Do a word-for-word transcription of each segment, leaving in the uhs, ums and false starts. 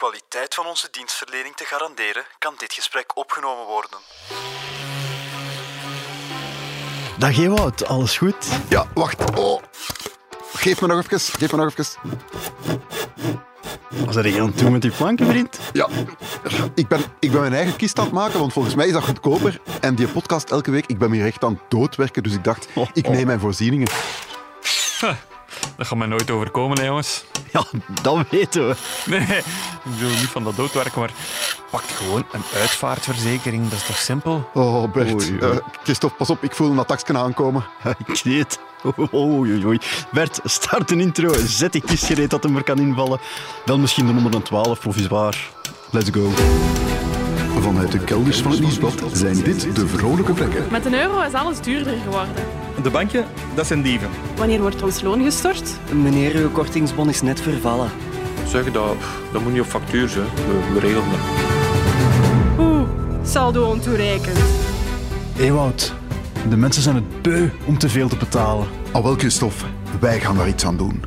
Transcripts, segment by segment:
kwaliteit van onze dienstverlening te garanderen, kan dit gesprek opgenomen worden. Dag Ewout, alles goed? Ja, wacht. Oh. Geef me nog even. Geef me nog even. Wat ben je aan het doen met die planken, vriend? Ja, ik ben, ik ben mijn eigen kist aan het maken, want volgens mij is dat goedkoper. En die podcast elke week, ik ben me hier echt aan het doodwerken, dus ik dacht, ik neem mijn voorzieningen. Huh, dat gaat mij nooit overkomen, hè, jongens. Ja, dat weten we. Nee, ik bedoel niet van dat doodwerken, maar pak gewoon een uitvaartverzekering, dat is toch simpel? Oh, Bert. Oei, oei. Uh, Christophe, pas op, ik voel een attacksken aankomen. Ik zie het. Oei, oei. Bert, start een intro. Zet die kist gereed dat hem er kan invallen. Wel misschien de nummer twaalf, provisoire. Let's go. Vanuit de kelders van het Nieuwsblad zijn dit de vrolijke plekken. Met een euro is alles duurder geworden. De bankje, dat zijn dieven. Wanneer wordt ons loon gestort? Meneer, uw kortingsbon is net vervallen. Zeg, dat, dat moet niet op factuur zijn. We, we regelen dat. Oeh, saldo ontoereikend. Ewout, de mensen zijn het beu om te veel te betalen. Al wel, Christophe, wij gaan daar iets aan doen.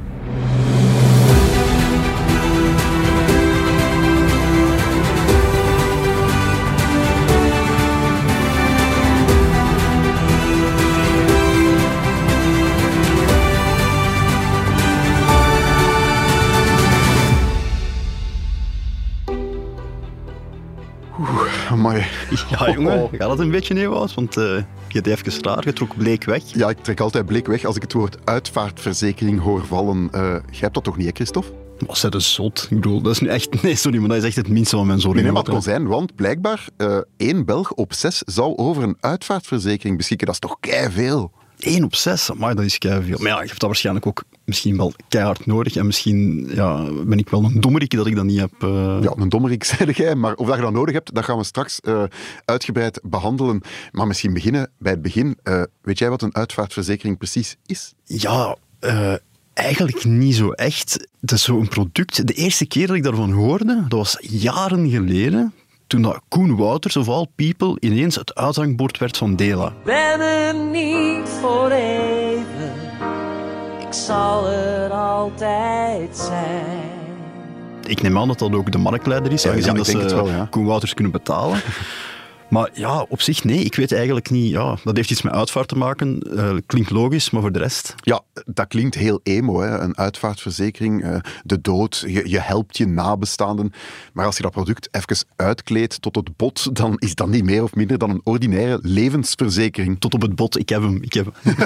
Amai. Ja, jongen, gaat het een beetje, Ewout? Want uh, je hebt even raar, je trok bleek weg. Ja, ik trek altijd bleek weg als ik het woord uitvaartverzekering hoor vallen. Uh, jij hebt dat toch niet, hè, Christophe? Was dat een zot? Ik bedoel, dat is nu echt... Nee, sorry, maar dat is echt het minste van mijn zorgen. Nee, nee, maar het kon zijn, want blijkbaar uh, één Belg op zes zou over een uitvaartverzekering beschikken. Dat is toch keiveel? één op zes, maar dat is keiveel. Maar ja, je hebt dat waarschijnlijk ook misschien wel keihard nodig. En misschien ja, ben ik wel een dommerik dat ik dat niet heb. Uh... Ja, een dommerik, zei jij. Maar of dat je dat nodig hebt, dat gaan we straks uh, uitgebreid behandelen. Maar misschien beginnen bij het begin. Uh, weet jij wat een uitvaartverzekering precies is? Ja, uh, eigenlijk niet zo echt. Het is zo'n product. De eerste keer dat ik daarvan hoorde, dat was jaren geleden. Toen dat Koen Wouters, of all people, ineens het uithangbord werd van Dela. Ben er niet voor even, ik zal er altijd zijn. Ik neem aan dat dat ook de marktleider is, aangezien ja, dat ze wel, ja. Koen Wouters kunnen betalen. Maar ja, op zich nee, ik weet eigenlijk niet. Ja, dat heeft iets met uitvaart te maken. Uh, klinkt logisch, maar voor de rest... Ja, dat klinkt heel emo, hè? Een uitvaartverzekering, uh, de dood, je, je helpt je nabestaanden. Maar als je dat product even uitkleedt tot het bot, dan is dat niet meer of minder dan een ordinaire levensverzekering. Tot op het bot, ik heb hem. Ik heb hem.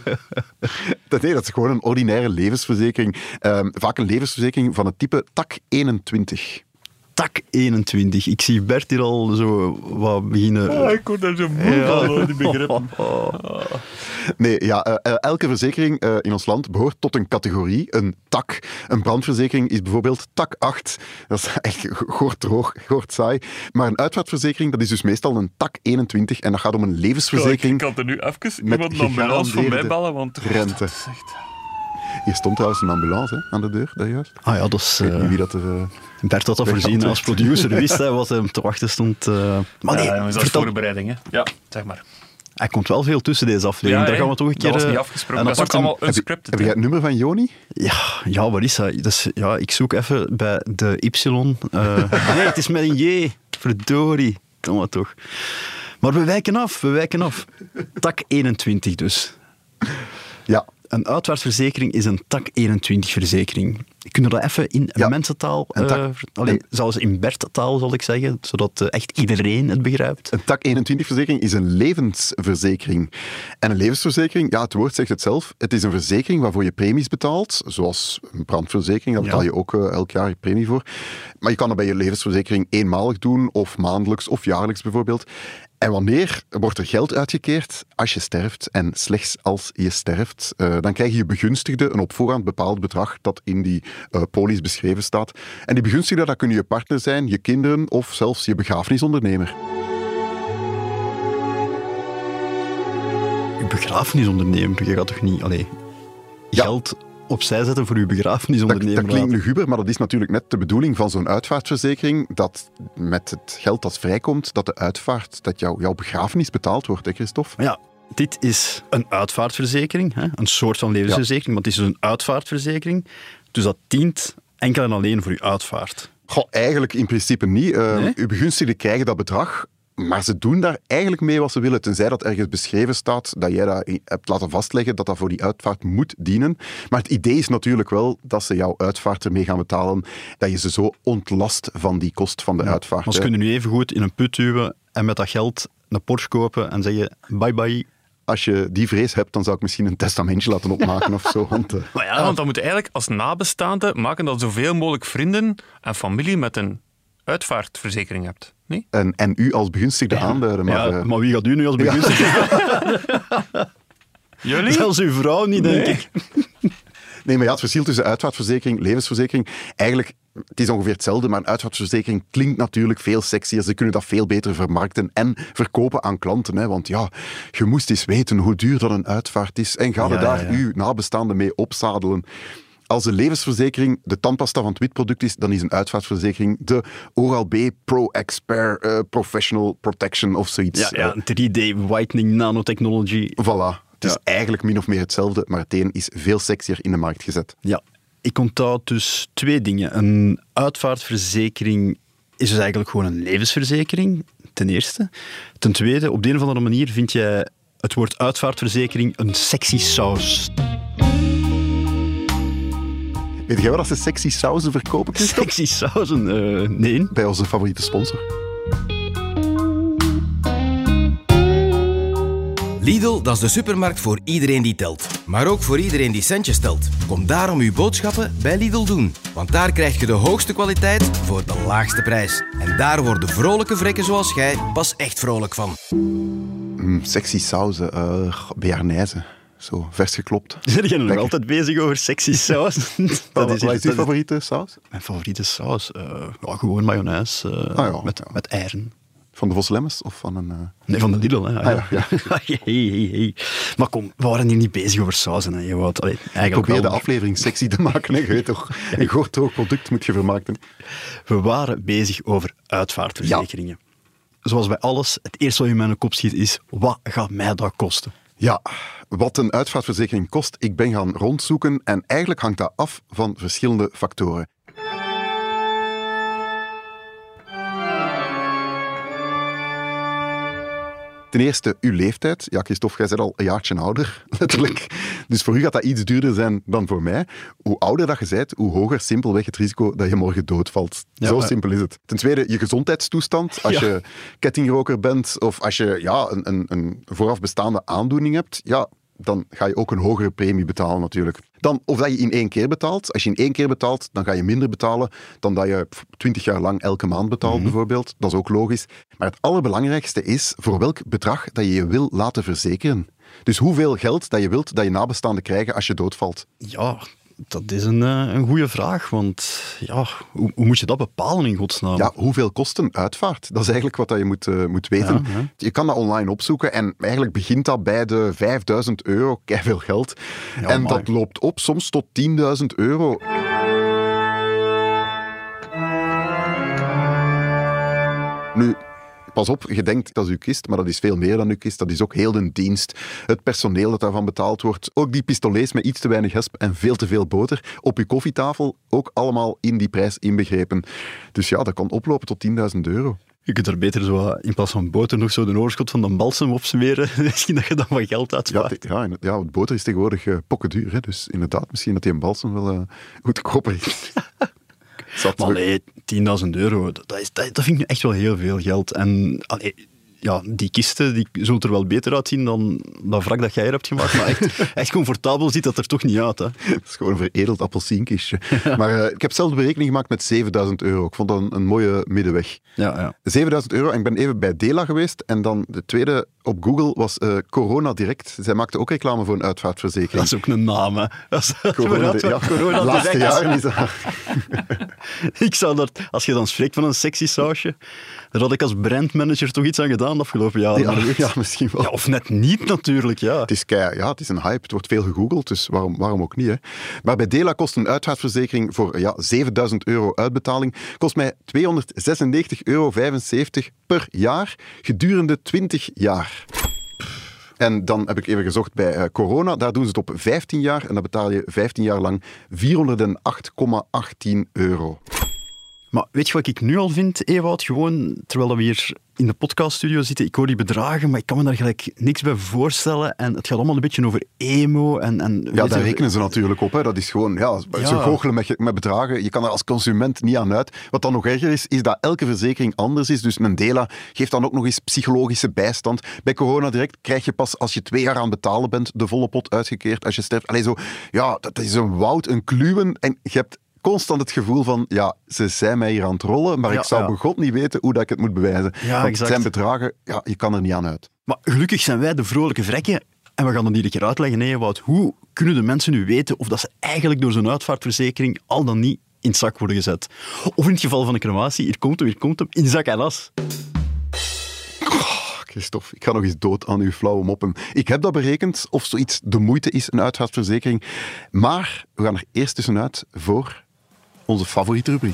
dat, nee, dat is gewoon een ordinaire levensverzekering. Uh, vaak een levensverzekering van het type T A C eenentwintig. T A C eenentwintig. Ik zie Bert hier al zo wat beginnen... Oh, ik word daar zo moe ja. van, die begrippen. Oh. Nee, ja, uh, elke verzekering uh, in ons land behoort tot een categorie, een T A C. Een brandverzekering is bijvoorbeeld T A C acht. Dat is echt goortroog, goortsaai. Maar een uitvaartverzekering, dat is dus meestal een T A C eenentwintig en dat gaat om een levensverzekering... Ja, ik kan er nu even iemand een ambulance voor mij bellen, want... Rente. Hier stond trouwens een ambulance hè, aan de deur, daar juist. Ah ja, dat is... Ik weet niet wie dat er... Uh, Bert had dat voorzien als producer, wist hij wat hem te wachten stond. Uh, maar nee, ja, dat is vertel... voorbereiding, hè. Ja, zeg maar. Hij komt wel veel tussen deze aflevering. Ja, Daar gaan we toch een keer... Dat was niet afgesproken, dat is ook allemaal unscripted. Heb, heb jij het nummer van Joni? Ja, ja, wat is dat? dat is, ja, ik zoek even bij de Y. Uh, nee, het is met een J. Verdorie. Kom maar toch. Maar we wijken af, we wijken af. T A C eenentwintig dus. Ja. Een uitvaartverzekering is een T A C eenentwintig-verzekering. Kunnen we dat even in ja. mensentaal, uh, alleen, zelfs in Berttaal zal ik zeggen, zodat uh, echt iedereen het begrijpt? Een T A C eenentwintig-verzekering is een levensverzekering. En een levensverzekering, ja, het woord zegt het zelf, het is een verzekering waarvoor je premies betaalt, zoals een brandverzekering, daar betaal je ook uh, elk jaar je premie voor. Maar je kan dat bij je levensverzekering eenmalig doen, of maandelijks, of jaarlijks bijvoorbeeld. En wanneer wordt er geld uitgekeerd? Als je sterft. En slechts als je sterft. Uh, dan krijg je begunstigde een op voorhand bepaald bedrag dat in die uh, polis beschreven staat. En die begunstigde, dat kunnen je partner zijn, je kinderen of zelfs je begrafenisondernemer. Je begrafenisondernemer? Je gaat toch niet... Allee, geld... Ja. opzij zetten voor uw begrafenisondernemer. Dat, dat klinkt luguber, maar dat is natuurlijk net de bedoeling van zo'n uitvaartverzekering, dat met het geld dat vrijkomt, dat de uitvaart, dat jou, jouw begrafenis betaald wordt, hè Christophe? Ja, dit is een uitvaartverzekering, hè? Een soort van levensverzekering, ja. Maar het is dus een uitvaartverzekering, dus dat dient enkel en alleen voor uw uitvaart. Goh, eigenlijk in principe niet. Uh, Nee? Uw begunstigden krijgen dat bedrag, maar ze doen daar eigenlijk mee wat ze willen, tenzij dat ergens beschreven staat dat jij dat hebt laten vastleggen, dat dat voor die uitvaart moet dienen. Maar het idee is natuurlijk wel dat ze jouw uitvaart ermee gaan betalen, dat je ze zo ontlast van die kost van de Ja, uitvaart. maar ze hè. kunnen nu even goed in een put duwen en met dat geld een Porsche kopen en zeggen bye bye. Als je die vrees hebt, dan zou ik misschien een testamentje laten opmaken of zo. Want, uh, Maar Ja, want dan moet je eigenlijk als nabestaande maken dat zoveel mogelijk vrienden en familie met een uitvaartverzekering hebt. Nee? en, en u als begunstigde aanduiden. Maar, ja, uh, maar wie gaat u nu als begunstigde? Jullie? Zelfs uw vrouw niet, denk ik. Nee, maar ja, het verschil tussen uitvaartverzekering, levensverzekering, eigenlijk, het is ongeveer hetzelfde, maar een uitvaartverzekering klinkt natuurlijk veel sexier. Ze kunnen dat veel beter vermarkten en verkopen aan klanten. Hè? Want ja, je moest eens weten hoe duur dat een uitvaart is en ga je Ja, daar ja. uw nabestaanden mee opzadelen. Als een levensverzekering de tandpasta van het witproduct is, dan is een uitvaartverzekering de Oral-B Pro-Expert uh, Professional Protection of zoiets. Ja, ja, drie D whitening nanotechnology. Voilà. Het is Ja. eigenlijk min of meer hetzelfde, maar het een is veel sexier in de markt gezet. Ja, ik onthoud dus twee dingen. Een uitvaartverzekering is dus eigenlijk gewoon een levensverzekering, ten eerste. Ten tweede, op de een of andere manier vind jij het woord uitvaartverzekering een sexy saus. Weet jij wat ze sexy sauzen verkopen, Christophe? Sexy sausen? Uh, nee. Bij onze favoriete sponsor. Lidl, dat is de supermarkt voor iedereen die telt. Maar ook voor iedereen die centjes telt. Kom daarom uw boodschappen bij Lidl doen. Want daar krijg je de hoogste kwaliteit voor de laagste prijs. En daar worden vrolijke vrekken zoals jij pas echt vrolijk van. Mm, sexy sauzen, uh, Béarnaise. Zo, vers geklopt. Zijn jij nog Lekker. altijd bezig over sexy saus? Wat, wat is hier- uw dat favoriete saus? Mijn favoriete saus? Uh, ja, gewoon mayonaise uh, Ah, ja, met, ja. met eieren. Van de Vos Lemmens of van een... Uh... Nee, van de Lidl. Hè. Ah, ja, hey, hey, hey. Maar kom, we waren hier niet bezig over sauzen. Hè. Je wou het, allee, eigenlijk Probeer wel, de maar aflevering sexy te maken. Hè. Je weet toch, een goordroog product moet je vermarkten. we waren bezig over uitvaartverzekeringen. Zoals bij alles, het eerste wat in mijn kop schiet is, wat gaat mij dat kosten? Ja, wat een uitvaartverzekering kost, ik ben gaan rondzoeken en eigenlijk hangt dat af van verschillende factoren. Ten eerste, uw leeftijd. Ja, Christophe, jij bent al een jaartje ouder, letterlijk. Dus voor u gaat dat iets duurder zijn dan voor mij. Hoe ouder dat je bent, hoe hoger simpelweg het risico dat je morgen doodvalt. Ja, Zo maar- simpel is het. Ten tweede, je gezondheidstoestand. Als Ja. je kettingroker bent of als je ja, een, een, een vooraf bestaande aandoening hebt, ja, dan ga je ook een hogere premie betalen natuurlijk. Dan, of dat je in één keer betaalt. Als je in één keer betaalt, dan ga je minder betalen dan dat je twintig jaar lang elke maand betaalt, Mhm. bijvoorbeeld. Dat is ook logisch. Maar het allerbelangrijkste is voor welk bedrag dat je je wil laten verzekeren. Dus hoeveel geld dat je wilt dat je nabestaanden krijgen als je doodvalt. Ja, dat is een, uh, een goede vraag, want ja, hoe, hoe moet je dat bepalen in godsnaam? Ja, hoeveel kost een uitvaart? Dat is eigenlijk wat dat je moet, uh, moet weten. Ja, ja. Je kan dat online opzoeken en eigenlijk begint dat bij de vijfduizend euro, keiveel geld. Ja, en maar- dat loopt op soms tot tienduizend euro. Nu, pas op, je denkt dat is uw kist, maar dat is veel meer dan uw kist. Dat is ook heel de dienst. Het personeel dat daarvan betaald wordt. Ook die pistolets met iets te weinig hesp en veel te veel boter op uw koffietafel. Ook allemaal in die prijs inbegrepen. Dus ja, dat kan oplopen tot tienduizend euro. Je kunt er beter zo, wat, in plaats van boter nog zo de oorschot van de balsem op smeren. Misschien dat je dan wat geld Ja, uitspaart. te- ja, in- ja, want boter is tegenwoordig uh, pokkenduur. Hè? Dus inderdaad, misschien dat die een balsem wel uh, goedkoper is. Zat Maar nee, tienduizend euro, dat, is, dat, dat vind ik nu echt wel heel veel geld. En allee, ja, die kisten die zullen er wel beter uitzien dan dat wrak dat jij er hebt gemaakt. Maar echt, echt comfortabel ziet dat er toch niet uit. Hè. Het is gewoon een veredeld appelsinkistje. Maar uh, ik heb zelf de berekening gemaakt met zevenduizend euro. Ik vond dat een, een mooie middenweg. Ja, ja. zevenduizend euro en ik ben even bij Dela geweest. En dan de tweede op Google was uh, Corona Direct. Zij maakten ook reclame voor een uitvaartverzekering. Dat is ook een naam, hè. Dat is, Corona, voor ja, corona de laatste direct. jaren is dat... Ik zou dat, als je dan spreekt van een sexy sausje, daar had ik als brandmanager toch iets aan gedaan de afgelopen jaren. Ja, Maar goed. ja, misschien wel. Ja, of net niet natuurlijk, ja. Het is, kei, ja, het is een hype, het wordt veel gegoogeld, dus waarom, waarom ook niet. Hè? Maar bij Dela kost een uitvaartverzekering voor ja, zevenduizend euro uitbetaling kost mij tweehonderdzesennegentig euro vijfenzeventig per jaar gedurende twintig jaar. En dan heb ik even gezocht bij uh, corona, daar doen ze het op vijftien jaar en dan betaal je vijftien jaar lang vierhonderdacht komma achttien euro. Maar weet je wat ik nu al vind, Ewout? Gewoon, terwijl we hier in de podcaststudio zitten, ik hoor die bedragen, maar ik kan me daar gelijk niks bij voorstellen. En het gaat allemaal een beetje over emo. En, en, ja, daar je, rekenen ze natuurlijk op. Hè. Dat is gewoon, ja, Ja. ze goochelen met, met bedragen. Je kan er als consument niet aan uit. Wat dan nog erger is, is dat elke verzekering anders is. Dus een Dela geeft dan ook nog eens psychologische bijstand. Bij Corona Direct krijg je pas als je twee jaar aan het betalen bent de volle pot uitgekeerd als je sterft. Allee, zo, ja, dat is een woud, een kluwen. En je hebt constant het gevoel van, ja, ze zijn mij hier aan het rollen, maar Ja, ik zou ja. begot niet weten hoe dat ik het moet bewijzen. Ja, Want exact. het zijn bedragen, ja, je kan er niet aan uit. Maar gelukkig zijn wij de vrolijke vrekken. En we gaan het iedere keer uitleggen, nee, Wout. Hoe kunnen de mensen nu weten of dat ze eigenlijk door zo'n uitvaartverzekering al dan niet in het zak worden gezet? Of in het geval van een crematie, hier komt hem, hier komt hem, in zak en as. Christophe, ik ga nog eens dood aan uw flauwe moppen. Ik heb dat berekend, of zoiets de moeite is, een uitvaartverzekering. Maar we gaan er eerst tussenuit voor onze favoriete rubriek.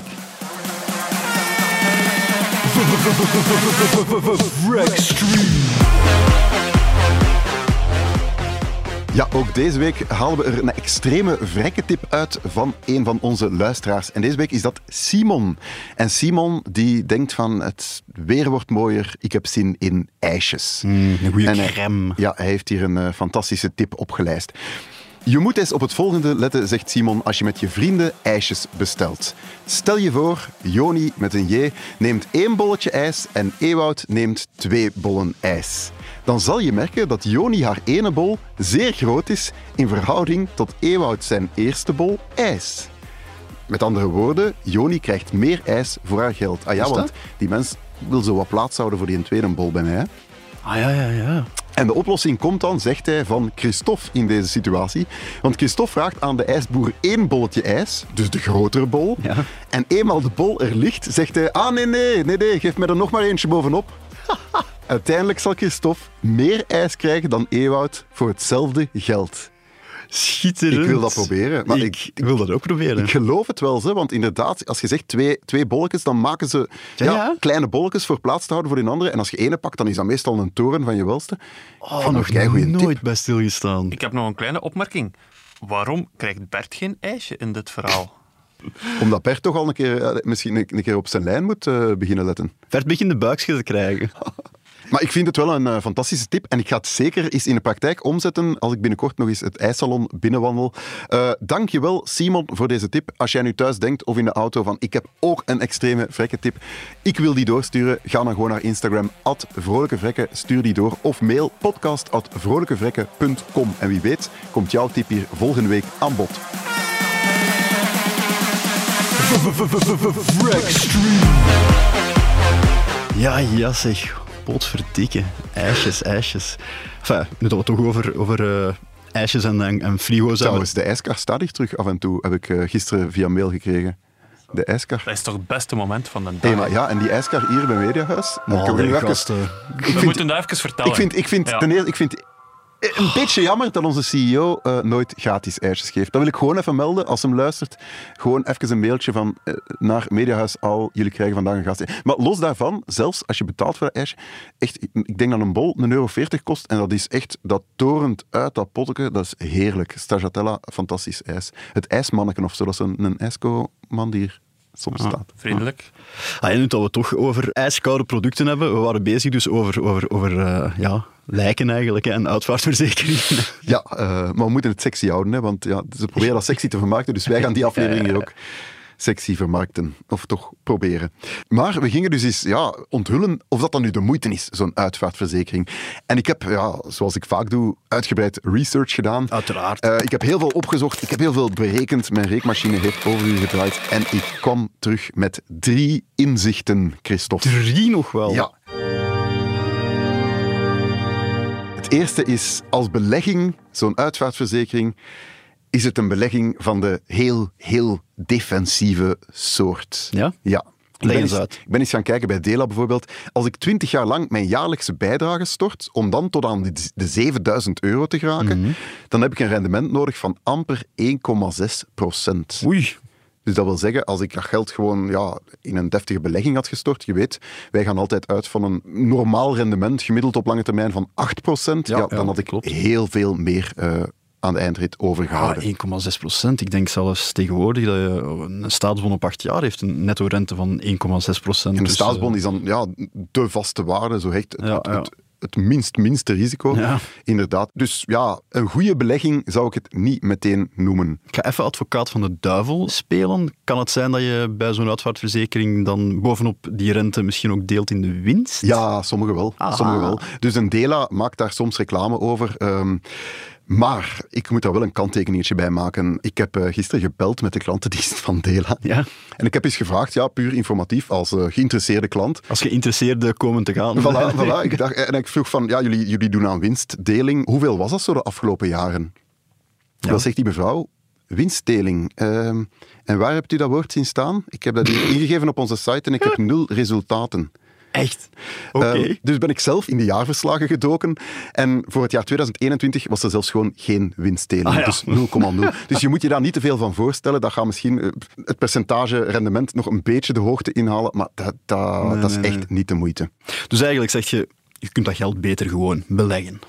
Ja, ook deze week halen we er een extreme vrekketip uit van een van onze luisteraars. En deze week is dat Simon. En Simon die denkt van, het weer wordt mooier, ik heb zin in ijsjes. Mm, een goede En hij- crème. Ja, hij heeft hier een uh, fantastische tip opgelijst. Je moet eens op het volgende letten, zegt Simon, als je met je vrienden ijsjes bestelt. Stel je voor, Joni met een J neemt één bolletje ijs en Ewout neemt twee bollen ijs. Dan zal je merken dat Joni haar ene bol zeer groot is in verhouding tot Ewout zijn eerste bol ijs. Met andere woorden, Joni krijgt meer ijs voor haar geld. Ah ja, Is dat? want die mens wil zo wat plaats houden voor die tweede bol bij mij. Hè? Ah ja, ja, ja. En de oplossing komt dan, zegt hij, van Christophe in deze situatie. Want Christophe vraagt aan de ijsboer één bolletje ijs, dus de grotere bol. Ja. En eenmaal de bol er ligt, zegt hij, ah nee, nee, nee, nee, geef mij er nog maar eentje bovenop. Uiteindelijk zal Christophe meer ijs krijgen dan Ewout voor hetzelfde geld. Schitterend. Ik wil dat proberen. Maar ik, ik, ik wil dat ook proberen. ik geloof het wel, hè, want inderdaad, als je zegt twee, twee bolletjes, dan maken ze Ja, ja, ja. kleine bolletjes voor plaats te houden voor die andere. En als je ene pakt, dan is dat meestal een toren van je welste. Oh, Van nog een keigoeie nooit tip. bij stilgestaan. Ik heb nog een kleine opmerking. Waarom krijgt Bert geen ijsje in dit verhaal? Omdat Bert toch al een keer, eh, misschien een, een keer op zijn lijn moet eh, beginnen letten. Vert begint de buikjes te krijgen. Maar ik vind het wel een eh, fantastische tip en ik ga het zeker eens in de praktijk omzetten als ik binnenkort nog eens het ijssalon binnenwandel. Uh, Dank je wel, Simon, voor deze tip. Als jij nu thuis denkt of in de auto van ik heb ook een extreme vrekke tip, ik wil die doorsturen, ga dan gewoon naar Instagram, at vrolijkevrekken, stuur die door of mail podcast at vrolijkevrekken punt com. En wie weet komt jouw tip hier volgende week aan bod. Ja, ja zeg. Potverdikke. IJsjes, ijsjes. Enfin, nu dat we het toch over, over uh, ijsjes en, en, en frigo's hebben. Trouwens, de ijskar staat hier terug af en toe, heb ik uh, gisteren via mail gekregen. De ijskar. Dat is toch het beste moment van de dag? Hey, maar ja, en die ijskar hier bij Mediahuis. Oh, ik heb nee, nu even- gasten. ik We vind, moeten dat even vertellen. ik vind, ik vind, Ja. ten eerste, ik vind een beetje jammer dat onze C E O uh, nooit gratis ijsjes geeft. Dat wil ik gewoon even melden, als hem luistert. Gewoon even een mailtje van uh, naar Mediahuis al, jullie krijgen vandaag een gast. Maar los daarvan, zelfs als je betaalt voor dat ijsje, echt, ik, ik denk dat een bol een euro veertig kost en dat is echt, dat torent uit dat potje, dat is heerlijk. Stracciatella, fantastisch ijs. Het ijsmanneken of zo, dat is een, een ijsco-man die hier soms Ah, staat. vriendelijk. Ah, en nu dat we het toch over ijskoude producten hebben, we waren bezig dus over, over, over uh, ja, lijken eigenlijk hè, en uitvaartverzekeringen. Ja, uh, maar we moeten het sexy houden, hè, want ja, ze proberen dat sexy te vermarkten, dus wij gaan die aflevering hier ook sexy vermarkten. Of toch proberen. Maar we gingen dus eens ja, onthullen of dat dan nu de moeite is, zo'n uitvaartverzekering. En ik heb, ja, zoals ik vaak doe, uitgebreid research gedaan. Uiteraard. Uh, ik heb heel veel opgezocht, ik heb heel veel berekend. Mijn rekenmachine heeft overuren gedraaid. En ik kwam terug met drie inzichten, Christophe. Drie nog wel. Ja. Het eerste is, als belegging, zo'n uitvaartverzekering, is het een belegging van de heel, heel defensieve soort. Ja? Ja. Ik Leg ben, eens eens, uit. ik ben eens gaan kijken bij Dela bijvoorbeeld. Als ik twintig jaar lang mijn jaarlijkse bijdrage stort, om dan tot aan de, de zevenduizend euro te geraken, Mhm. dan heb ik een rendement nodig van amper één komma zes procent. Oei. Dus dat wil zeggen, als ik dat geld gewoon ja, in een deftige belegging had gestort, je weet, wij gaan altijd uit van een normaal rendement, gemiddeld op lange termijn van acht procent, Ja, ja, dan ja, had ik klopt. heel veel meer uh, aan de eindrit overgehouden. Ah, één komma zes procent. Ik denk zelfs tegenwoordig dat je een staatsbon op acht jaar heeft een netto-rente van één komma zes procent. En de dus, staatsbon uh, is dan ja, de vaste waarde, zo hecht het, ja, het, ja. het, het minst minste risico. Ja. Inderdaad. Dus ja, een goede belegging zou ik het niet meteen noemen. Ik ga even advocaat van de duivel spelen. Kan het zijn dat je bij zo'n uitvaartverzekering dan bovenop die rente misschien ook deelt in de winst? Ja, sommigen wel. Aha. Sommige wel. Dus een Dela maakt daar soms reclame over. Um, maar ik moet daar wel een kanttekeningetje bij maken. Ik heb uh, gisteren gebeld met de klantendienst van Dela. Ja. En ik heb eens gevraagd, ja, puur informatief, als uh, geïnteresseerde klant. Als geïnteresseerde komen te gaan. Voilà, voilà. Ik dacht, en ik vroeg van, ja, jullie, jullie doen aan winstdeling. Hoeveel was dat zo de afgelopen jaren? Ja. Wat zegt die mevrouw? Winstdeling. Uh, en waar hebt u dat woord zien staan? Ik heb dat hier ingegeven op onze site en ik heb nul resultaten. Echt? Oké. Okay. Uh, dus ben ik zelf in de jaarverslagen gedoken. En voor het jaar tweeduizend eenentwintig was er zelfs gewoon geen winstdeling. Ah, ja. Dus nul komma nul. Dus je moet je daar niet te veel van voorstellen. Dat gaat misschien uh, het percentage rendement nog een beetje de hoogte inhalen. Maar dat, dat, nee, dat is echt nee. niet de moeite. Dus eigenlijk zeg je, je kunt dat geld beter gewoon beleggen.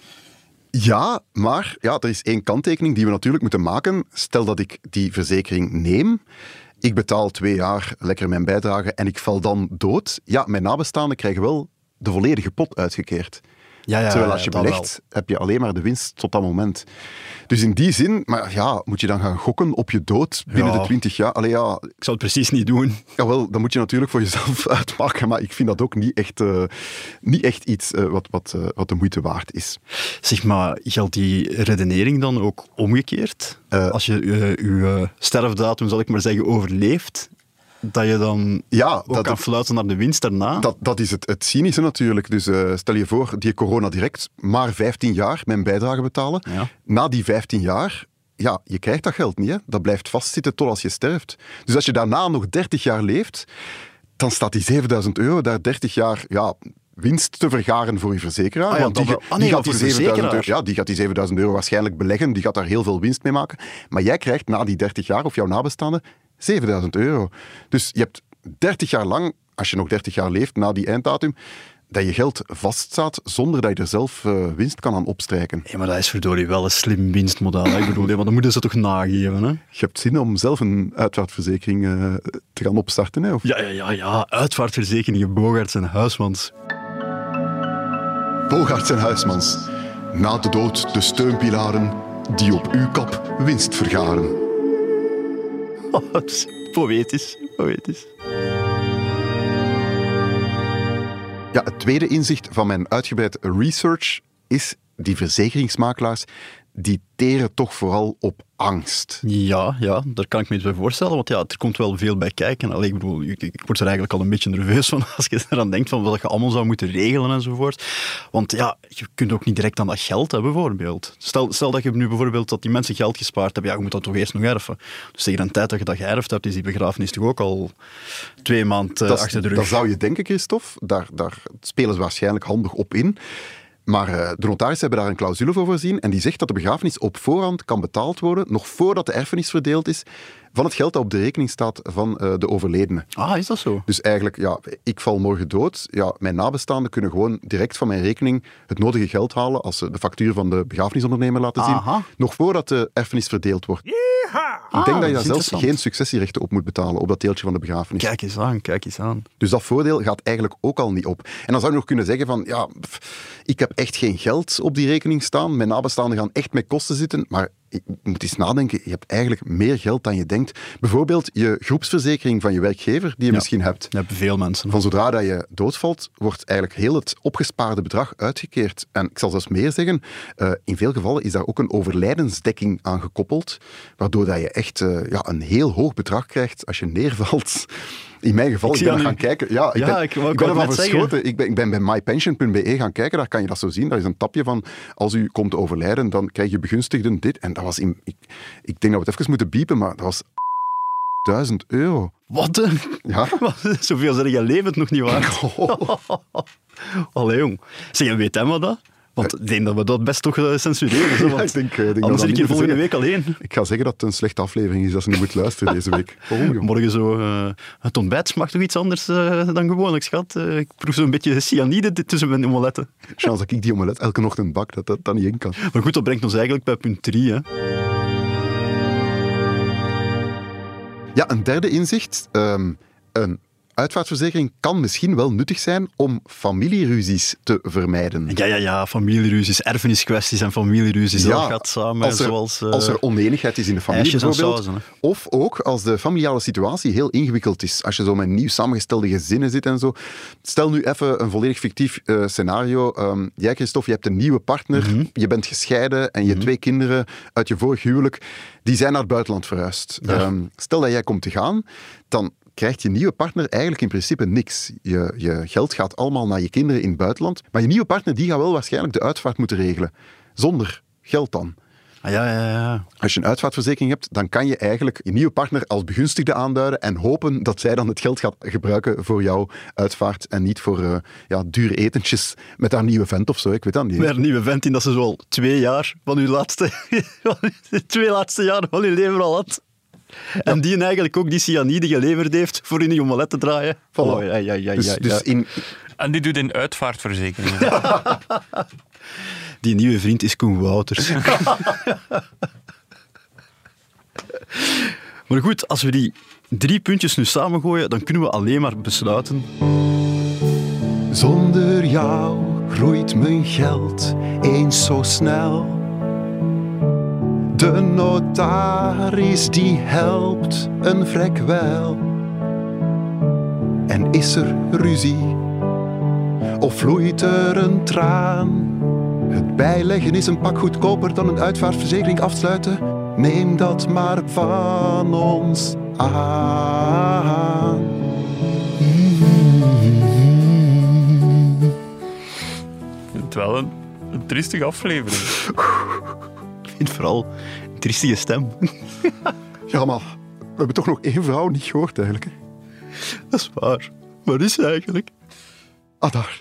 Ja, maar ja, er is één kanttekening die we natuurlijk moeten maken. Stel dat ik die verzekering neem. Ik betaal twee jaar lekker mijn bijdrage en ik val dan dood. Ja, mijn nabestaanden krijgen wel de volledige pot uitgekeerd. Ja, ja, Terwijl als je ja, belegt, heb je alleen maar de winst tot dat moment. Dus in die zin, maar ja, moet je dan gaan gokken op je dood binnen ja. de twintig jaar? Allee, ja, ik zou het precies niet doen. Jawel, dat moet je natuurlijk voor jezelf uitmaken, maar ik vind dat ook niet echt, uh, niet echt iets uh, wat, wat, uh, wat de moeite waard is. Zeg maar, geldt die redenering dan ook omgekeerd? Uh, als je je uh, sterfdatum, zal ik maar zeggen, overleeft, dat je dan ja, ook dat kan het, fluiten naar de winst daarna? Dat, dat is het, het cynische natuurlijk. Dus uh, stel je voor, die corona direct maar vijftien jaar mijn bijdrage betalen. Ja. Na die vijftien jaar, ja, je krijgt dat geld niet. Hè? Dat blijft vastzitten tot als je sterft. Dus als je daarna nog dertig jaar leeft, dan staat die zevenduizend euro daar dertig jaar... Ja, winst te vergaren voor je verzekeraar. Ah, ja, want die, dat, ah, nee, die, gaat die zevenduizend euro, ja, ja, die gaat die zevenduizend euro waarschijnlijk beleggen. Die gaat daar heel veel winst mee maken. Maar jij krijgt na die dertig jaar, of jouw nabestaanden, zevenduizend euro. Dus je hebt dertig jaar lang, als je nog dertig jaar leeft na die einddatum, dat je geld vaststaat zonder dat je er zelf uh, winst kan aan opstrijken. Ja, maar dat is verdorie wel een slim winstmodel. Hè? Ik bedoel, want dan moeten ze toch nageven. Hè? Je hebt zin om zelf een uitvaartverzekering uh, te gaan opstarten, hè? Of? Ja, ja, ja, ja. Uitvaartverzekeringen, Bogaerts en Huismans. Bogaerts en Huismans. Na de dood de steunpilaren die op uw kap winst vergaren. Oh, het is poëtisch, poëtisch. Ja, het tweede inzicht van mijn uitgebreid research is die verzekeringsmakelaars, die teren toch vooral op angst. Ja, ja, daar kan ik me iets bij voorstellen, want ja, er komt wel veel bij kijken. Allee, ik bedoel, ik, ik word er eigenlijk al een beetje nerveus van als je eraan denkt van wat je allemaal zou moeten regelen enzovoort. Want ja, je kunt ook niet direct aan dat geld hebben, bijvoorbeeld. Stel, stel dat je nu bijvoorbeeld dat die mensen geld gespaard hebben, ja, je moet dat toch eerst nog erven. Dus tegen de tijd dat je dat geërfd hebt, is die begrafenis toch ook al twee maanden uh, achter de rug. Dat zou je denken, Christophe. Daar, daar spelen ze waarschijnlijk handig op in. Maar uh, de notarissen hebben daar een clausule voor voorzien en die zegt dat de begrafenis op voorhand kan betaald worden, nog voordat de erfenis verdeeld is, van het geld dat op de rekening staat van uh, de overledene. Ah, is dat zo? Dus eigenlijk, ja, ik val morgen dood. Ja, mijn nabestaanden kunnen gewoon direct van mijn rekening het nodige geld halen als ze de factuur van de begrafenisondernemer laten zien. Aha. Nog voordat de erfenis verdeeld wordt. Yeeha! Ik denk ah, dat je daar zelfs geen successierechten op moet betalen op dat deeltje van de begrafenis. Kijk eens aan, kijk eens aan. Dus dat voordeel gaat eigenlijk ook al niet op. En dan zou je nog kunnen zeggen van, ja, pff, ik heb echt geen geld op die rekening staan. Mijn nabestaanden gaan echt met kosten zitten, maar je moet eens nadenken, je hebt eigenlijk meer geld dan je denkt. Bijvoorbeeld je groepsverzekering van je werkgever, die je ja, misschien hebt. Dat hebben veel mensen. Van zodra dat je doodvalt, wordt eigenlijk heel het opgespaarde bedrag uitgekeerd. En ik zal zelfs meer zeggen, uh, in veel gevallen is daar ook een overlijdensdekking aan gekoppeld, waardoor dat je echt uh, ja, een heel hoog bedrag krijgt als je neervalt. In mijn geval, ik, ik ben er gaan kijken. Ja, ik ja, ben, ik, ik ben ervan verschoten. Ik ben, ik ben bij my pension punt be gaan kijken, daar kan je dat zo zien. Dat is een tapje van, als u komt overlijden, dan krijg je begunstigden dit. En dat was, in, ik, ik denk dat we het even moeten biepen, maar dat was duizend euro. Wat? Ja? Zoveel zeg je levend nog niet waard. Oh. Allee, jong. Zeg, weet hij maar dat? Want ik denk dat we dat best toch uh, censureren. Zo, Ja, ik denk, uh, denk anders zit ik hier niet volgende zeggen. week alleen. Ik ga zeggen dat het een slechte aflevering is, dat ze niet moet luisteren deze week. Oh, joh. Morgen zo... Uh, het ontbijt smaakt toch iets anders uh, dan gewoonlijk, schat. Uh, ik proef zo'n beetje cyanide tussen mijn omeletten. Chance dat ik die omelet elke ochtend bak, dat dat, dat niet in kan. Maar goed, dat brengt ons eigenlijk bij punt drie. Hè. Ja, een derde inzicht. Um, een uitvaartverzekering kan misschien wel nuttig zijn om familieruzies te vermijden. Ja, ja, ja. Familieruzies, erfeniskwesties en familieruzies. Ja, dat gaat samen. als er, zoals, uh, als er oneenigheid is in de familie ijsjes en bijvoorbeeld. sauzen, Of ook als de familiale situatie heel ingewikkeld is. Als je zo met nieuw samengestelde gezinnen zit en zo. Stel nu even een volledig fictief uh, scenario. Um, jij, Christophe, je hebt een nieuwe partner. Mm-hmm. Je bent gescheiden en je mm-hmm. twee kinderen uit je vorig huwelijk, die zijn naar het buitenland verhuisd. Ja. Um, stel dat jij komt te gaan, dan krijgt je nieuwe partner eigenlijk in principe niks. Je, je geld gaat allemaal naar je kinderen in het buitenland. Maar je nieuwe partner die gaat wel waarschijnlijk de uitvaart moeten regelen. Zonder geld dan. Ah, ja, ja, ja. Als je een uitvaartverzekering hebt, dan kan je eigenlijk je nieuwe partner als begunstigde aanduiden en hopen dat zij dan het geld gaat gebruiken voor jouw uitvaart en niet voor uh, ja, dure etentjes met haar nieuwe vent of zo. Ik weet dat niet. Met haar nieuwe vent in dat ze zo al twee jaar van uw laatste, twee laatste jaren van uw leven al had. En ja. die eigenlijk ook die cyanide geleverd heeft voor in die omelet te draaien. Voilà. Oh, ja, ja, ja, dus, ja, ja. Dus in... En die doet in uitvaartverzekeringen. Die nieuwe vriend is Koen Wouters. Maar goed, als we die drie puntjes nu samengooien, dan kunnen we alleen maar besluiten. Zonder jou groeit mijn geld eens zo snel. De notaris die helpt een vrek wel. En is er ruzie? Of vloeit er een traan? Het bijleggen is een pak goedkoper dan een uitvaartverzekering afsluiten. Neem dat maar van ons aan. Het is wel een, een triestige aflevering. Ik vind vooral een triestige stem. Ja, maar we hebben toch nog één vrouw niet gehoord eigenlijk. Hè? Dat is waar. Wat is ze eigenlijk? Ah, daar.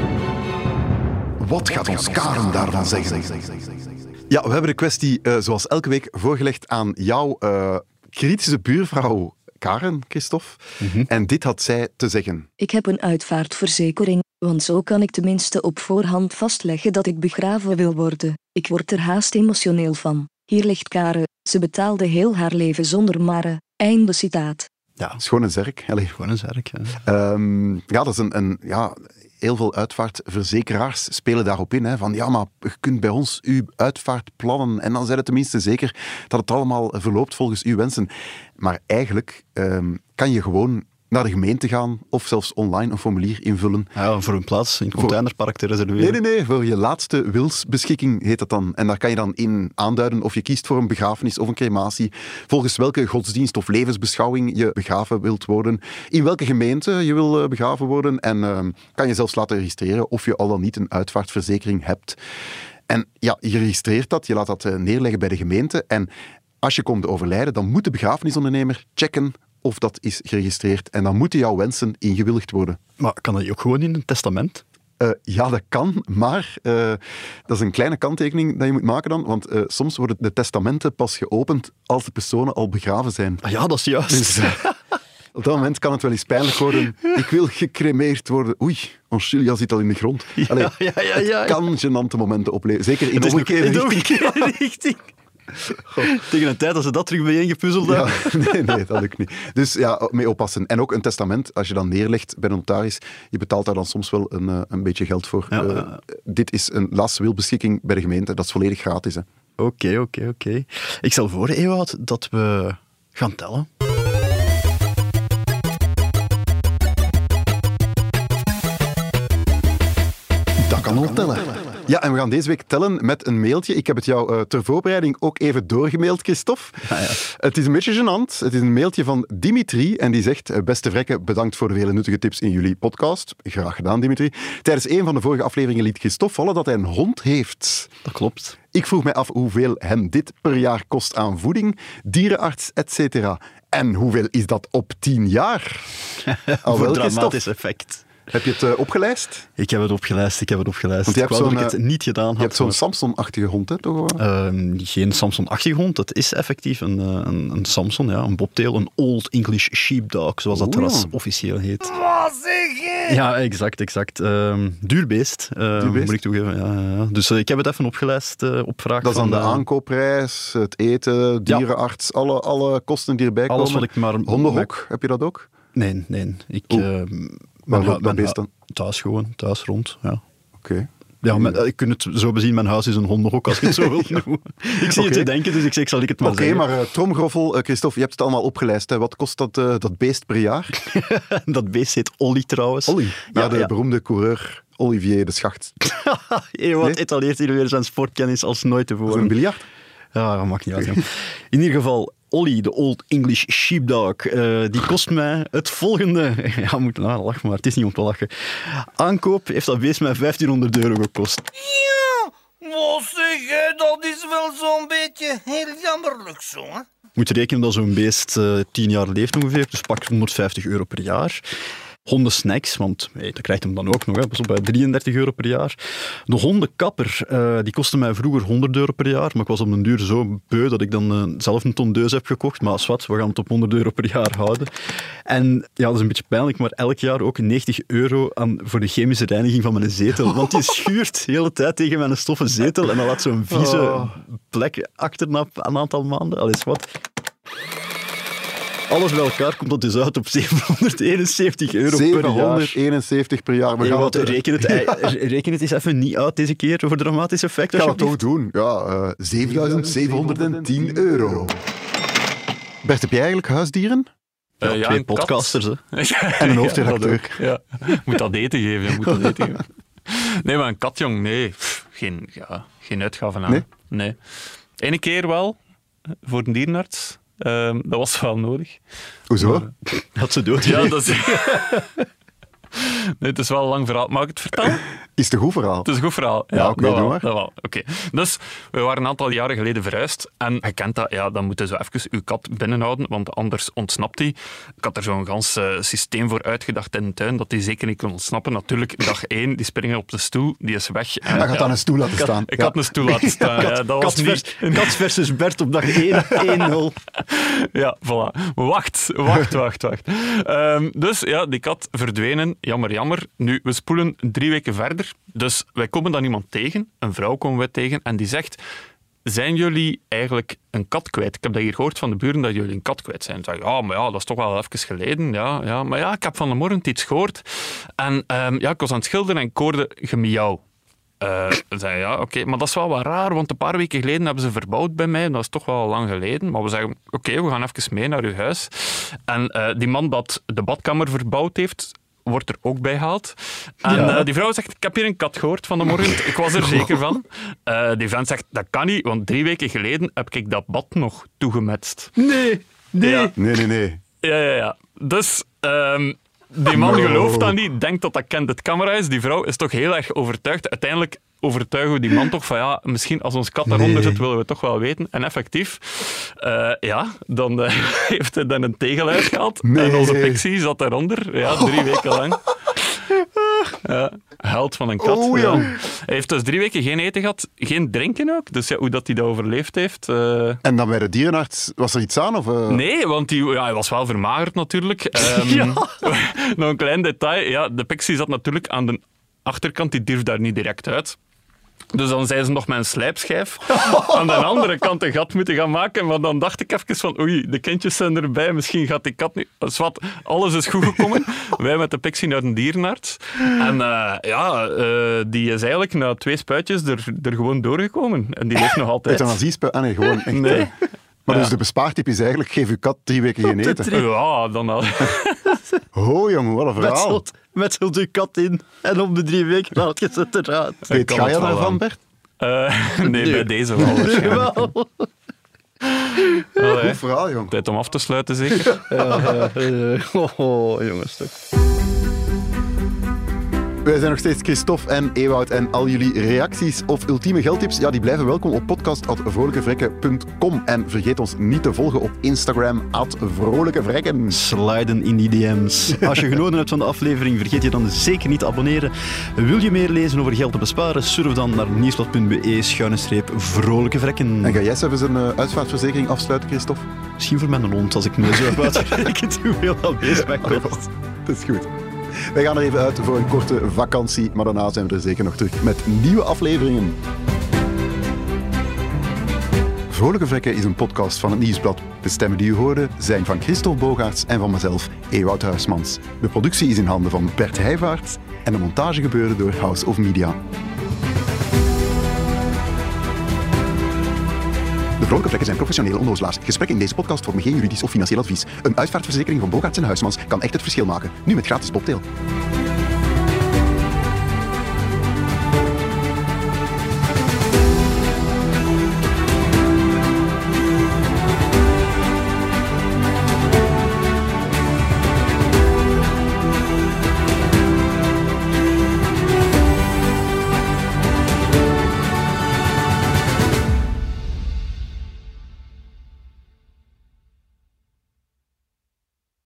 Wat gaat ons Karen daarvan zeggen? Ja, we hebben de kwestie, uh, zoals elke week, voorgelegd aan jouw uh, kritische buurvrouw Karen, Christophe. Mm-hmm. En dit had zij te zeggen. Ik heb een uitvaartverzekering, want zo kan ik tenminste op voorhand vastleggen dat ik begraven wil worden. Ik word er haast emotioneel van. Hier ligt Karen, ze betaalde heel haar leven zonder marre. Einde citaat. Ja, het is gewoon een zerk. Allee. Gewoon een zerk, ja. Um, ja, dat is een... een ja, heel veel uitvaartverzekeraars spelen daarop in. Hè, van ja, maar je kunt bij ons uw uitvaart plannen en dan zijn het tenminste zeker dat het allemaal verloopt volgens uw wensen. Maar eigenlijk um, kan je gewoon naar de gemeente gaan of zelfs online een formulier invullen. Ja, voor een plaats in het containerpark te reserveren. Nee, nee, nee. Voor je laatste wilsbeschikking heet dat dan. En daar kan je dan in aanduiden of je kiest voor een begrafenis of een crematie, volgens welke godsdienst of levensbeschouwing je begraven wilt worden, in welke gemeente je wil begraven worden en uh, kan je zelfs laten registreren of je al dan niet een uitvaartverzekering hebt. En ja, je registreert dat, je laat dat neerleggen bij de gemeente en als je komt te overlijden, dan moet de begrafenisondernemer checken of dat is geregistreerd. En dan moeten jouw wensen ingewilligd worden. Maar kan dat ook gewoon in een testament? Uh, ja, dat kan, maar uh, dat is een kleine kanttekening dat je moet maken dan, want uh, soms worden de testamenten pas geopend als de personen al begraven zijn. Ah, ja, dat is juist. Dus, uh, op dat moment kan het wel eens pijnlijk worden. Ik wil gecremeerd worden. Oei, ons Julia zit al in de grond. Allee, ja, ja, ja, ja. Het kan gênante momenten opleveren. Zeker in de omgekeerde richting. omgekeerde richting. God. Tegen een tijd dat ze dat terug bijeengepuzzeld hebben. Ja, nee, nee, dat lukt niet. Dus ja, mee oppassen. En ook een testament, als je dan neerlegt bij een notaris, je betaalt daar dan soms wel een, een beetje geld voor. Ja, uh, uh, dit is een laatste wilbeschikking bij de gemeente, dat is volledig gratis. Oké, oké, oké. Ik stel voor, Ewout, dat we gaan tellen. Dat kan al tellen. Ja, en we gaan deze week tellen met een mailtje. Ik heb het jou uh, ter voorbereiding ook even doorgemaild, Christophe. Ah, ja. Het is een beetje gênant. Het is een mailtje van Dimitri en die zegt: beste vrekken, bedankt voor de vele nuttige tips in jullie podcast. Graag gedaan, Dimitri. Tijdens een van de vorige afleveringen liet Christophe vallen dat hij een hond heeft. Dat klopt. Ik vroeg mij af hoeveel hem dit per jaar kost aan voeding, dierenarts, et cetera. En hoeveel is dat op tien jaar? Voor een dramatisch effect. Heb je het uh, opgelijst? Ik heb het opgelijst, ik heb het opgelijst. Want je ik hebt wou zo'n, dat ik het niet gedaan had. Je hebt zo'n maar... Samson-achtige hond, hè, toch? Uh, geen Samson-achtige hond, het is effectief een, een, een Samson, ja, een bobtail, een Old English Sheepdog, zoals dat ras officieel heet. Wat zeg je? Ja, exact, exact. Uh, duur beest, uh, duur beest, moet ik toegeven. Ja, ja, ja. Dus uh, ik heb het even opgelijst uh, op vraag dat is van... dan de uh, aankoopprijs, het eten, dierenarts, ja. alle, alle kosten die erbij Alles komen. wat ik maar... Hondenhok, heb je dat ook? Nee, nee. Ik, uh, Waar loopt dat beest dan? Thuis gewoon, thuis rond, ja. Oké. Okay. Ja, maar, ik kun het zo bezien, mijn huis is een hondenhok, als je het zo wilt noemen. Ik zie okay. het te denken, dus ik zeg, zal ik het maar okay, zeggen. Oké, maar uh, Tromgroffel, uh, Christophe, je hebt het allemaal opgelijst. Hè. Wat kost dat, uh, dat beest per jaar? Dat beest heet Olly trouwens. Olly? Ja, ja, de ja. beroemde coureur Olivier de Schacht. Hey, wat nee? etaleert hier weer zijn sportkennis als nooit tevoren. Of een biljart? Ja, dat mag niet uit. In ieder geval... Olly, de Old English Sheepdog, uh, die kost mij het volgende... Ja, moet nou, lach maar, het is niet om te lachen. Aankoop heeft dat beest mij vijftienhonderd euro gekost. Ja, wat zeg je, dat is wel zo'n beetje heel jammerlijk zo, hè? Je moet rekenen dat zo'n beest uh, tien jaar leeft ongeveer, dus pak honderdvijftig euro per jaar. Hondensnacks, want hey, dat krijgt hem dan ook nog, hè, pas op, bij drieëndertig euro per jaar. De hondenkapper, uh, die kostte mij vroeger honderd euro per jaar, maar ik was op den duur zo beu dat ik dan uh, zelf een tondeus heb gekocht. Maar zwart, we gaan het op honderd euro per jaar houden. En ja, dat is een beetje pijnlijk, maar elk jaar ook negentig euro aan, voor de chemische reiniging van mijn zetel. Want die schuurt de hele tijd tegen mijn stoffen zetel en dan laat zo'n vieze oh. plek achter na een aantal maanden. Allee, wat... Alles bij elkaar komt dat dus uit op zevenhonderdeenenzeventig euro per jaar. zevenhonderdeenenzeventig per jaar. We gaan wat, het... reken, het, reken het eens even niet uit deze keer over dramatische effecten. Ik ga het toch doen. Ja, uh, zevenduizend zevenhonderdtien euro. Bert, heb jij eigenlijk huisdieren? Uh, ja, ja, twee podcasters. Hè. En een hoofdredacteur. Ja, ja. Moet dat eten geven. Moet dat eten geven. Nee, maar een katjong, nee. Pff, geen, ja, geen uitgaven aan. Nee? Nee. Eén keer wel, voor een dierenarts. Um, dat was wel nodig. Hoezo? Uh, Had ze dood? Ja, dat is... Nee, het is wel een lang verhaal. Mag ik het vertellen? Is het een goed verhaal? Het is een goed verhaal. Ja, ja oké, okay, doe maar. Dat wel. Okay. Dus, we waren een aantal jaren geleden verhuisd. En je kent dat, ja, dan moet je zo even je kat binnenhouden, want anders ontsnapt hij. Ik had er zo'n gans uh, systeem voor uitgedacht in de tuin, dat hij zeker niet kon ontsnappen. Natuurlijk, dag één, die springen op de stoel, die is weg. En, Hij gaat ja, aan een stoel laten staan. Ik, ik ja. had een stoel laten staan. kat, ja, dat kat, was vers, niet... kat versus Bert op dag één, één nul. Ja, voilà. Wacht, wacht, wacht, wacht. Um, dus ja, die kat verdwenen. Jammer, jammer. Nu, we spoelen drie weken verder. Dus wij komen dan iemand tegen, een vrouw komen we tegen, en die zegt, zijn jullie eigenlijk een kat kwijt? Ik heb dat hier gehoord van de buren, dat jullie een kat kwijt zijn. Ik zeg, ja, maar ja, dat is toch wel even geleden. Ja, ja. Maar ja, ik heb van de morgen iets gehoord. En um, ja, ik was aan het schilderen en ik hoorde gemiauw. Uh, zei, ja, oké, okay. Maar dat is wel wat raar, want een paar weken geleden hebben ze verbouwd bij mij. Dat is toch wel lang geleden. Maar we zeggen, oké, okay, we gaan even mee naar uw huis. En uh, die man dat de badkamer verbouwd heeft, wordt er ook bij gehaald. En ja. uh, die vrouw zegt, ik heb hier een kat gehoord van de morgen. Ik was er zeker van. Uh, die vent zegt, dat kan niet, want drie weken geleden heb ik dat bad nog toegemetst. Nee, nee. Ja. Nee, nee, nee. Ja, ja, ja. Dus... Um, die man no. gelooft dat niet, denkt dat dat Candid Camera is. Die vrouw is toch heel erg overtuigd. Uiteindelijk overtuigen we die man toch van ja, misschien als ons kat daaronder nee. zit, willen we het toch wel weten. En effectief, uh, ja, dan uh, heeft hij dan een tegel uitgehaald. Nee. En onze Pixie zat daaronder, ja, drie weken lang. Ja, held van een kat. Oh, ja. Hij heeft dus drie weken geen eten gehad, geen drinken ook. Dus ja, hoe dat hij dat overleefd heeft. Uh... En dan bij de dierenarts, was er iets aan? Of, uh... Nee, want die, ja, hij was wel vermagerd natuurlijk. Um, ja. Nog een klein detail. Ja, de Pixie zat natuurlijk aan de achterkant, die durfde daar niet direct uit. Dus dan zijn ze nog met een slijpschijf aan de andere kant een gat moeten gaan maken. Maar dan dacht ik even van, oei, de kindjes zijn erbij, misschien gaat die kat nu... Zwat, alles is goed gekomen. Wij met de Pixie naar een dierenarts. En uh, ja, uh, die is eigenlijk na twee spuitjes er, er gewoon doorgekomen. En die leeft nog altijd. Euthanasiespuit? Ah nee, gewoon echt... Nee. Uh... Maar ja. dus de bespaartip is eigenlijk, geef je kat drie weken geen eten. Ja, dan al. Oh jongen, wat een verhaal. Metselt, metselt je kat in en om de drie weken haalt je ze eruit. Weet ga je daarvan, Bert? Uh, nee, nee, bij deze wel waarschijnlijk. Wel. Allee, goed verhaal, jong. Tijd om af te sluiten, zeker? uh, uh, uh, oh, oh, jongens. Toch. Wij zijn nog steeds Christophe en Ewout en al jullie reacties of ultieme geldtips, ja, die blijven welkom op podcast at vrolijkevrekken punt com. En vergeet ons niet te volgen op Instagram at vrolijkevrekken. Sliden in die D M's. Als je genoten hebt van de aflevering, vergeet je dan zeker niet te abonneren. Wil je meer lezen over geld te besparen? Surf dan naar nieuwsblad punt b e schuine streep vrolijke vrekken. En ga jij eens even een uh, uitvaartverzekering afsluiten, Christophe? Misschien voor mijn hond, als ik me zo heb uitgerekend hoeveel dat bezig kost. Dat is goed. Wij gaan er even uit voor een korte vakantie, maar daarna zijn we er zeker nog terug met nieuwe afleveringen. Vrolijke Vrekken is een podcast van het Nieuwsblad. De stemmen die u hoorde zijn van Christophe Bogaerts en van mezelf, Ewout Huismans. De productie is in handen van Bert Heijvaarts en de montage gebeurde door House of Media. De Vrolijke Vrekken zijn professionele onnozelaars. Gesprekken in deze podcast vormen geen juridisch of financieel advies. Een uitvaartverzekering van Bogaerts en Huismans kan echt het verschil maken. Nu met gratis Bobtail.